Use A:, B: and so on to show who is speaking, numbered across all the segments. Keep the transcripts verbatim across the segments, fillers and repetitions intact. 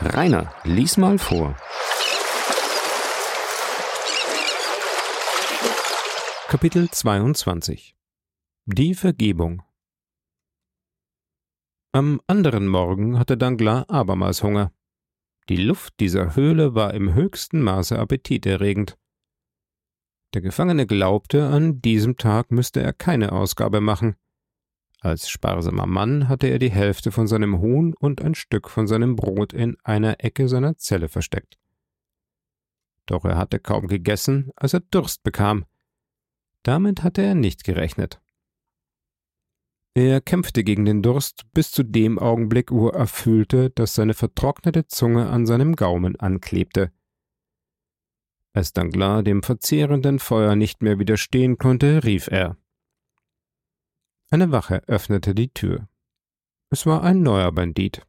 A: Rainer, lies mal vor. Kapitel zweiundzwanzig. Die Vergebung. Am anderen Morgen hatte Danglars abermals Hunger. Die Luft dieser Höhle war im höchsten Maße appetiterregend. Der Gefangene glaubte, an diesem Tag müsste er keine Ausgabe machen. Als sparsamer Mann hatte er die Hälfte von seinem Huhn und ein Stück von seinem Brot in einer Ecke seiner Zelle versteckt. Doch er hatte kaum gegessen, als er Durst bekam. Damit hatte er nicht gerechnet. Er kämpfte gegen den Durst bis zu dem Augenblick, wo er fühlte, dass seine vertrocknete Zunge an seinem Gaumen anklebte. Als Danglars dem verzehrenden Feuer nicht mehr widerstehen konnte, rief er. Eine Wache öffnete die Tür. Es war ein neuer Bandit.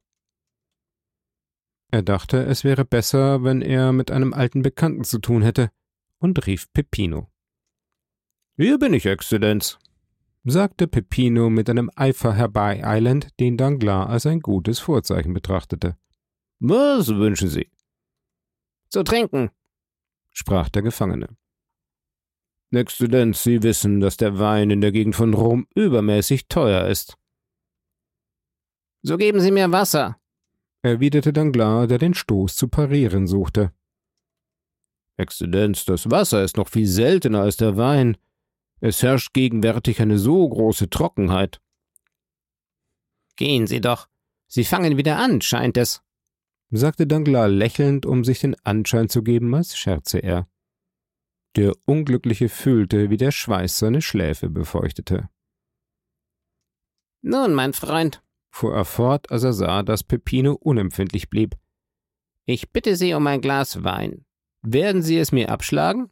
A: Er dachte, es wäre besser, wenn er mit einem alten Bekannten zu tun hätte, und rief Peppino. »Hier bin ich, Exzellenz«, sagte Peppino mit einem Eifer herbeieilend, den Danglars als ein gutes Vorzeichen betrachtete. »Was wünschen Sie?«
B: »Zu trinken«,
A: sprach der Gefangene. »Exzellenz, Sie wissen, dass der Wein in der Gegend von Rom übermäßig teuer ist.«
B: »So geben Sie mir Wasser«,
A: erwiderte Danglars, der den Stoß zu parieren suchte. »Exzellenz, das Wasser ist noch viel seltener als der Wein. Es herrscht gegenwärtig eine so große Trockenheit.«
B: »Gehen Sie doch. Sie fangen wieder an, scheint es«,
A: sagte Danglars lächelnd, um sich den Anschein zu geben, als scherze er. Der Unglückliche fühlte, wie der Schweiß seine Schläfe befeuchtete.
B: »Nun, mein Freund«,
A: fuhr er fort, als er sah, dass Peppino unempfindlich blieb,
B: »ich bitte Sie um ein Glas Wein. Werden Sie es mir abschlagen?«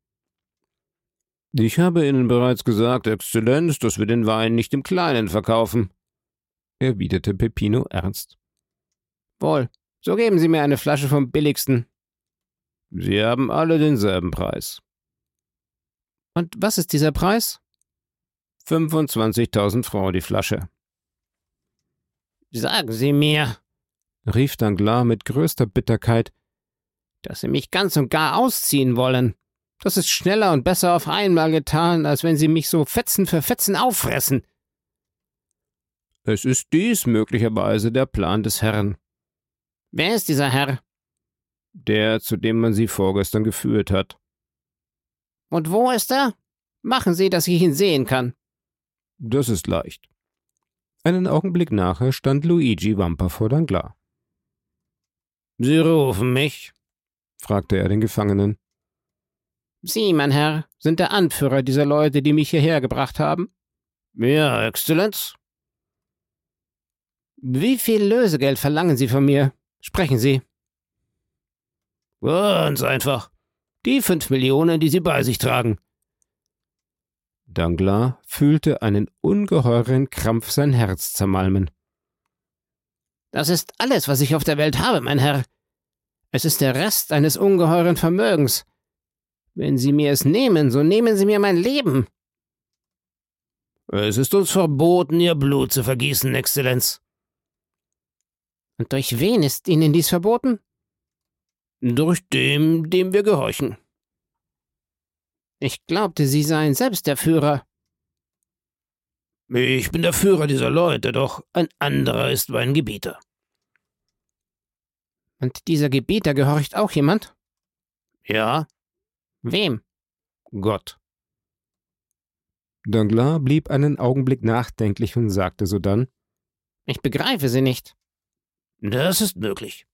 A: »Ich habe Ihnen bereits gesagt, Exzellenz, dass wir den Wein nicht im Kleinen verkaufen«, erwiderte Peppino ernst.
B: »Wohl, so geben Sie mir eine Flasche vom billigsten.«
A: »Sie haben alle denselben Preis.«
B: »Und was ist dieser Preis?«
A: »fünfundzwanzigtausend Francs die Flasche.«
B: »Sagen Sie mir«,
A: rief Danglars mit größter Bitterkeit,
B: »dass Sie mich ganz und gar ausziehen wollen. Das ist schneller und besser auf einmal getan, als wenn Sie mich so Fetzen für Fetzen auffressen.«
A: »Es ist dies möglicherweise der Plan des Herrn.«
B: »Wer ist dieser Herr?«
A: »Der, zu dem man Sie vorgestern geführt hat.«
B: »Und wo ist er? Machen Sie, dass ich ihn sehen kann.«
A: »Das ist leicht.« Einen Augenblick nachher stand Luigi Vampa vor Danglars.
B: »Sie rufen mich?«
A: fragte er den Gefangenen.
B: »Sie, mein Herr, sind der Anführer dieser Leute, die mich hierher gebracht haben?«
A: »Ja, Exzellenz.«
B: »Wie viel Lösegeld verlangen Sie von mir? Sprechen Sie.«
A: »Ganz einfach. Die fünf Millionen, die Sie bei sich tragen.« Danglars fühlte einen ungeheuren Krampf sein Herz zermalmen.
B: »Das ist alles, was ich auf der Welt habe, mein Herr. Es ist der Rest eines ungeheuren Vermögens. Wenn Sie mir es nehmen, so nehmen Sie mir mein Leben.«
A: »Es ist uns verboten, Ihr Blut zu vergießen, Exzellenz.«
B: »Und durch wen ist Ihnen dies verboten?«
A: »Durch den, dem wir gehorchen.«
B: »Ich glaubte, Sie seien selbst der Führer.«
A: »Ich bin der Führer dieser Leute, doch ein anderer ist mein Gebieter.«
B: »Und dieser Gebieter gehorcht auch jemand?«
A: »Ja.«
B: »Wem?«
A: »Gott.« Danglars blieb einen Augenblick nachdenklich und sagte sodann,
B: »Ich begreife Sie nicht.«
A: »Das ist möglich.«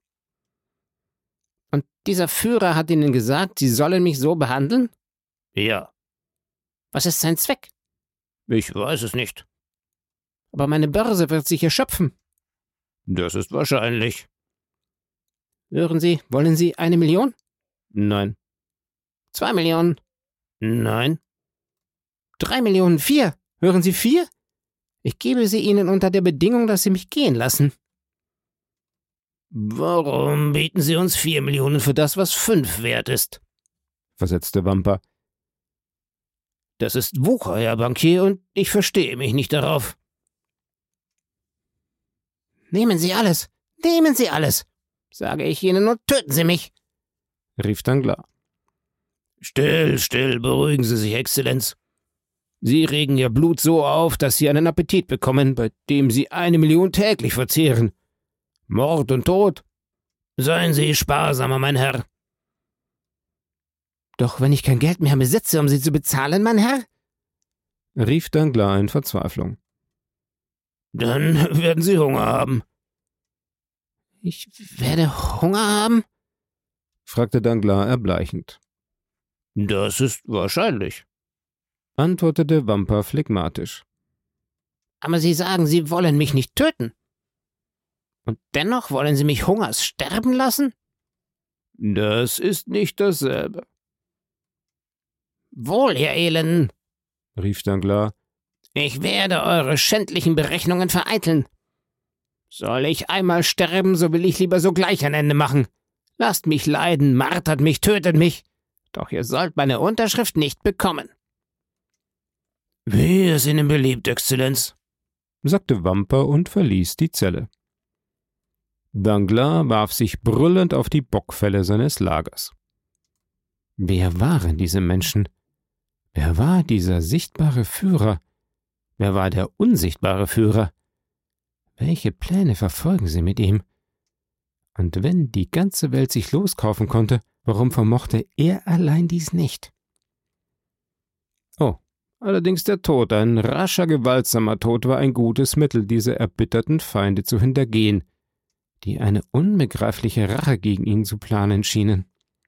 B: »Und dieser Führer hat Ihnen gesagt, Sie sollen mich so behandeln?«
A: »Ja.«
B: »Was ist sein Zweck?«
A: »Ich weiß es nicht.«
B: »Aber meine Börse wird sich erschöpfen.«
A: »Das ist wahrscheinlich.«
B: »Hören Sie, wollen Sie eine Million?«
A: »Nein.«
B: »Zwei Millionen?«
A: »Nein.«
B: »Drei Millionen, vier? Hören Sie, vier? Ich gebe sie Ihnen unter der Bedingung, dass Sie mich gehen lassen.«
A: »Warum bieten Sie uns vier Millionen für das, was fünf wert ist?« versetzte Vampa. »Das ist Wucher, Herr Bankier, und ich verstehe mich nicht darauf.«
B: »Nehmen Sie alles! Nehmen Sie alles!« Sage ich Ihnen und töten Sie mich!«
A: rief Danglars.
B: »Still, still, beruhigen Sie sich, Exzellenz. Sie regen Ihr Blut so auf, dass Sie einen Appetit bekommen, bei dem Sie eine Million täglich verzehren. Mord und Tod. Seien Sie sparsamer, mein Herr.« »Doch wenn ich kein Geld mehr besitze, um Sie zu bezahlen, mein Herr?«
A: rief Danglars in Verzweiflung.
B: »Dann werden Sie Hunger haben.« »Ich werde Hunger haben?«
A: fragte Danglars erbleichend.
B: »Das ist wahrscheinlich«,
A: antwortete Vampa phlegmatisch.
B: »Aber Sie sagen, Sie wollen mich nicht töten. Und dennoch wollen Sie mich Hungers sterben lassen?«
A: »Das ist nicht dasselbe.«
B: »Wohl, ihr Elenden«,
A: rief Danglars,
B: »ich werde eure schändlichen Berechnungen vereiteln. Soll ich einmal sterben, so will ich lieber sogleich ein Ende machen. Lasst mich leiden, martert mich, tötet mich. Doch ihr sollt meine Unterschrift nicht bekommen.«
A: »Wie es Ihnen beliebt, Exzellenz«, sagte Vampa und verließ die Zelle. Danglars warf sich brüllend auf die Bockfelle seines Lagers. Wer waren diese Menschen? Wer war dieser sichtbare Führer? Wer war der unsichtbare Führer? Welche Pläne verfolgen sie mit ihm? Und wenn die ganze Welt sich loskaufen konnte, warum vermochte er allein dies nicht? Oh, allerdings der Tod, ein rascher, gewaltsamer Tod, war ein gutes Mittel, diese erbitterten Feinde zu hintergehen, die eine unbegreifliche Rache gegen ihn zu planen schienen.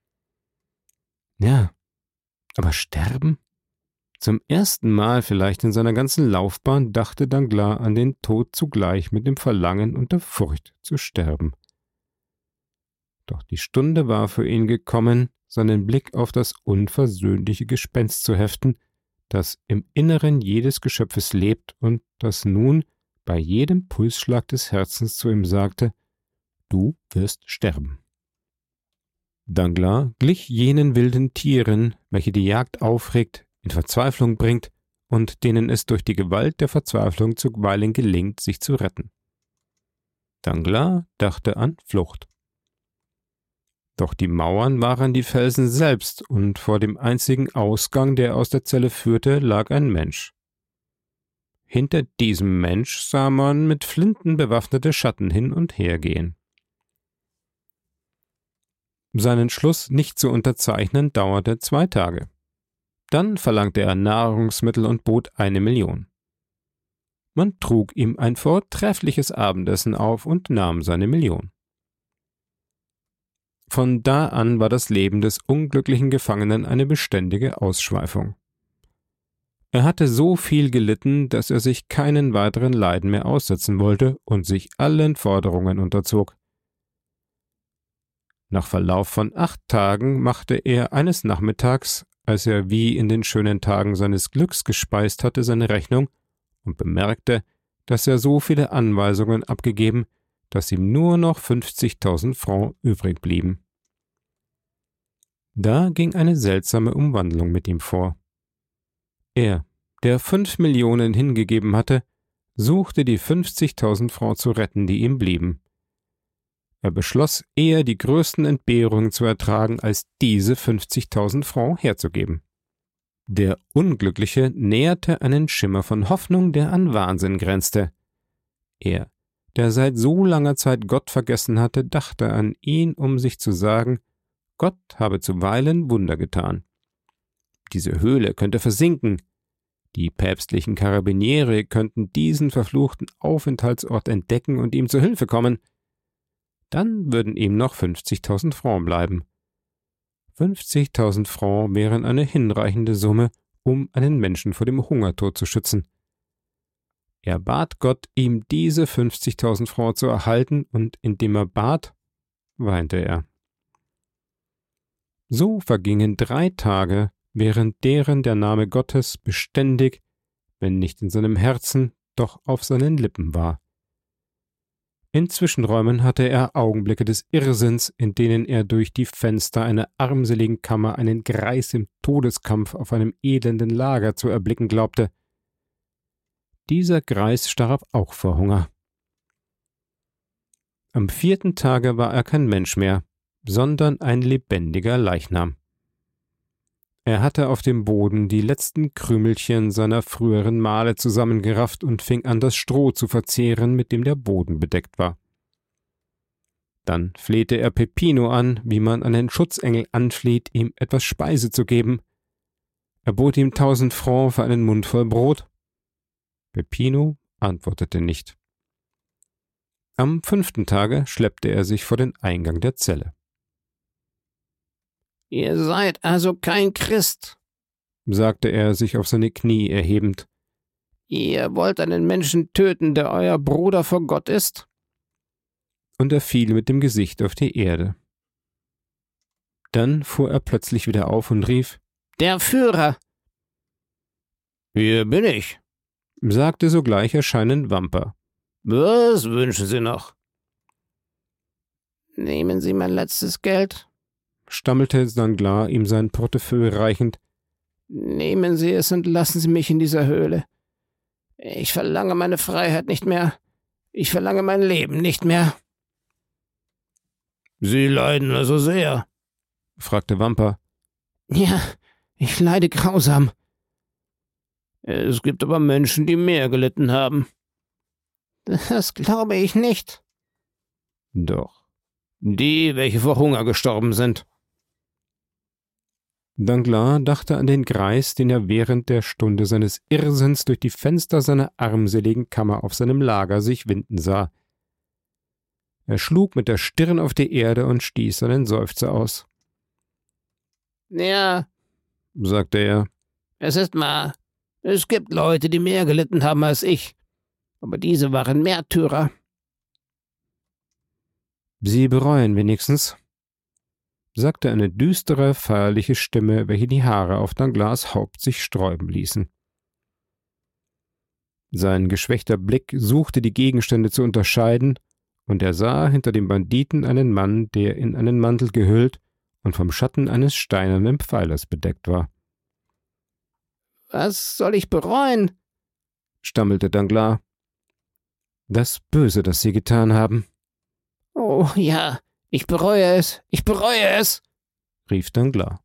A: Ja, aber sterben? Zum ersten Mal vielleicht in seiner ganzen Laufbahn dachte Danglars an den Tod zugleich mit dem Verlangen und der Furcht zu sterben. Doch die Stunde war für ihn gekommen, seinen Blick auf das unversöhnliche Gespenst zu heften, das im Inneren jedes Geschöpfes lebt und das nun bei jedem Pulsschlag des Herzens zu ihm sagte: »Du wirst sterben.« Danglars glich jenen wilden Tieren, welche die Jagd aufregt, in Verzweiflung bringt und denen es durch die Gewalt der Verzweiflung zuweilen gelingt, sich zu retten. Danglars dachte an Flucht. Doch die Mauern waren die Felsen selbst, und vor dem einzigen Ausgang, der aus der Zelle führte, lag ein Mensch. Hinter diesem Mensch sah man mit Flinten bewaffnete Schatten hin und her gehen. Seinen Schluss nicht zu unterzeichnen dauerte zwei Tage. Dann verlangte er Nahrungsmittel und bot eine Million. Man trug ihm ein vortreffliches Abendessen auf und nahm seine Million. Von da an war das Leben des unglücklichen Gefangenen eine beständige Ausschweifung. Er hatte so viel gelitten, dass er sich keinen weiteren Leiden mehr aussetzen wollte und sich allen Forderungen unterzog. Nach Verlauf von acht Tagen machte er eines Nachmittags, als er wie in den schönen Tagen seines Glücks gespeist hatte, seine Rechnung und bemerkte, dass er so viele Anweisungen abgegeben, dass ihm nur noch fünfzigtausend Francs übrig blieben. Da ging eine seltsame Umwandlung mit ihm vor. Er, der fünf Millionen hingegeben hatte, suchte die fünfzigtausend Francs zu retten, die ihm blieben. Er beschloss, eher die größten Entbehrungen zu ertragen, als diese fünfzigtausend Francs herzugeben. Der Unglückliche näherte einen Schimmer von Hoffnung, der an Wahnsinn grenzte. Er, der seit so langer Zeit Gott vergessen hatte, dachte an ihn, um sich zu sagen, Gott habe zuweilen Wunder getan. Diese Höhle könnte versinken. Die päpstlichen Karabiniere könnten diesen verfluchten Aufenthaltsort entdecken und ihm zu Hilfe kommen. Dann würden ihm noch fünfzigtausend Francs bleiben. fünfzigtausend Francs wären eine hinreichende Summe, um einen Menschen vor dem Hungertod zu schützen. Er bat Gott, ihm diese fünfzigtausend Francs zu erhalten, und indem er bat, weinte er. So vergingen drei Tage, während deren der Name Gottes beständig, wenn nicht in seinem Herzen, doch auf seinen Lippen war. In Zwischenräumen hatte er Augenblicke des Irrsinns, in denen er durch die Fenster einer armseligen Kammer einen Greis im Todeskampf auf einem elenden Lager zu erblicken glaubte. Dieser Greis starb auch vor Hunger. Am vierten Tage war er kein Mensch mehr, sondern ein lebendiger Leichnam. Er hatte auf dem Boden die letzten Krümelchen seiner früheren Male zusammengerafft und fing an, das Stroh zu verzehren, mit dem der Boden bedeckt war. Dann flehte er Peppino an, wie man einen Schutzengel anfleht, ihm etwas Speise zu geben. Er bot ihm tausend Francs für einen Mund voll Brot. Peppino antwortete nicht. Am fünften Tage schleppte er sich vor den Eingang der Zelle.
B: »Ihr seid also kein Christ«,
A: sagte er, sich auf seine Knie erhebend.
B: »Ihr wollt einen Menschen töten, der euer Bruder vor Gott ist?«
A: Und er fiel mit dem Gesicht auf die Erde. Dann fuhr er plötzlich wieder auf und rief:
B: »Der Führer!«
C: »Hier bin ich«,
A: sagte sogleich erscheinend Wamper.
C: »Was wünschen Sie noch?«
B: »Nehmen Sie mein letztes Geld«,
A: stammelte Danglars, ihm sein Portefeuille reichend.
B: »Nehmen Sie es und lassen Sie mich in dieser Höhle. Ich verlange meine Freiheit nicht mehr. Ich verlange mein Leben nicht mehr.«
C: »Sie leiden also sehr?«
A: fragte Wamper.
B: »Ja, ich leide grausam.«
C: »Es gibt aber Menschen, die mehr gelitten haben.«
B: »Das glaube ich nicht.«
A: »Doch.«
C: »Die, welche vor Hunger gestorben sind.«
A: Danglars dachte an den Greis, den er während der Stunde seines Irrsinns durch die Fenster seiner armseligen Kammer auf seinem Lager sich winden sah. Er schlug mit der Stirn auf die Erde und stieß einen Seufzer aus.
B: »Ja«,
A: sagte er,
B: »es ist wahr. Es gibt Leute, die mehr gelitten haben als ich. Aber diese waren Märtyrer.«
A: »Sie bereuen wenigstens«, sagte eine düstere, feierliche Stimme, welche die Haare auf Danglars Haupt sich sträuben ließen. Sein geschwächter Blick suchte die Gegenstände zu unterscheiden, und er sah hinter dem Banditen einen Mann, der in einen Mantel gehüllt und vom Schatten eines steinernen Pfeilers bedeckt war.
B: »Was soll ich bereuen?«
A: stammelte Danglars. »Das Böse, das Sie getan haben.«
B: »Oh ja, ich bereue es, ich bereue es«,
A: rief Danglars.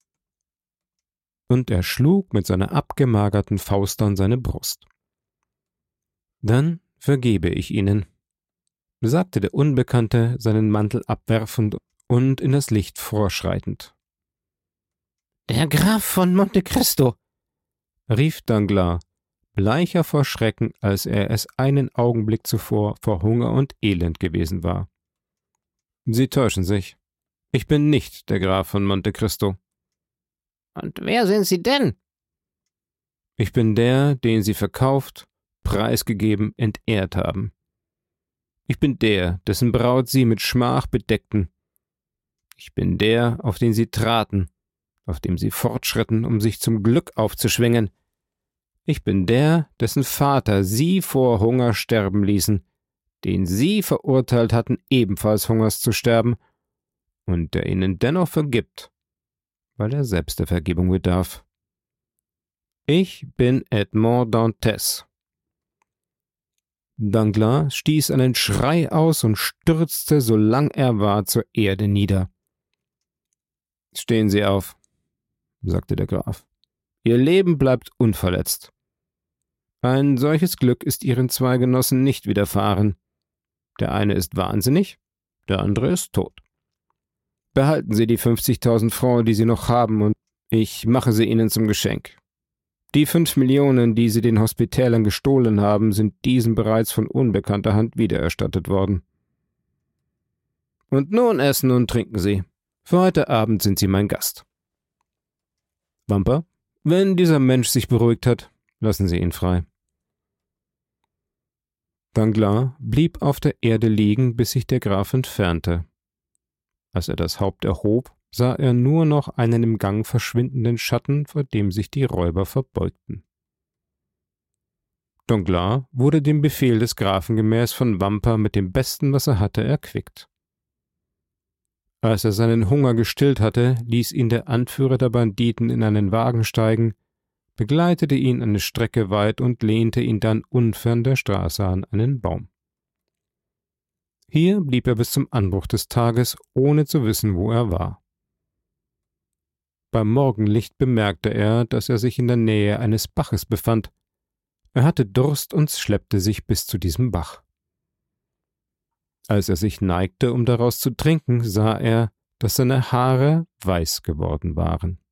A: Und er schlug mit seiner abgemagerten Faust an seine Brust. »Dann vergebe ich Ihnen«, sagte der Unbekannte, seinen Mantel abwerfend und in das Licht vorschreitend.
B: »Der Graf von Monte Cristo«,
A: rief Danglars, bleicher vor Schrecken, als er es einen Augenblick zuvor vor Hunger und Elend gewesen war. »Sie täuschen sich. Ich bin nicht der Graf von Monte Cristo.«
B: »Und wer sind Sie denn?«
A: »Ich bin der, den Sie verkauft, preisgegeben, entehrt haben. Ich bin der, dessen Braut Sie mit Schmach bedeckten. Ich bin der, auf den Sie traten, auf dem Sie fortschritten, um sich zum Glück aufzuschwingen. Ich bin der, dessen Vater Sie vor Hunger sterben ließen, den Sie verurteilt hatten, ebenfalls Hungers zu sterben, und der Ihnen dennoch vergibt, weil er selbst der Vergebung bedarf. Ich bin Edmond Dantès.« Danglars stieß einen Schrei aus und stürzte, so lang er war, zur Erde nieder. »Stehen Sie auf«, sagte der Graf. »Ihr Leben bleibt unverletzt. Ein solches Glück ist Ihren zwei Genossen nicht widerfahren. Der eine ist wahnsinnig, der andere ist tot. Behalten Sie die fünfzigtausend Francs, die Sie noch haben, und ich mache sie Ihnen zum Geschenk. Die fünf Millionen, die Sie den Hospitälern gestohlen haben, sind diesen bereits von unbekannter Hand wiedererstattet worden. Und nun essen und trinken Sie. Für heute Abend sind Sie mein Gast. Wamper, wenn dieser Mensch sich beruhigt hat, lassen Sie ihn frei.« Danglars blieb auf der Erde liegen, bis sich der Graf entfernte. Als er das Haupt erhob, sah er nur noch einen im Gang verschwindenden Schatten, vor dem sich die Räuber verbeugten. Danglars wurde dem Befehl des Grafen gemäß von Wamper mit dem Besten, was er hatte, erquickt. Als er seinen Hunger gestillt hatte, ließ ihn der Anführer der Banditen in einen Wagen steigen, begleitete ihn eine Strecke weit und lehnte ihn dann unfern der Straße an einen Baum. Hier blieb er bis zum Anbruch des Tages, ohne zu wissen, wo er war. Beim Morgenlicht bemerkte er, dass er sich in der Nähe eines Baches befand. Er hatte Durst und schleppte sich bis zu diesem Bach. Als er sich neigte, um daraus zu trinken, sah er, dass seine Haare weiß geworden waren.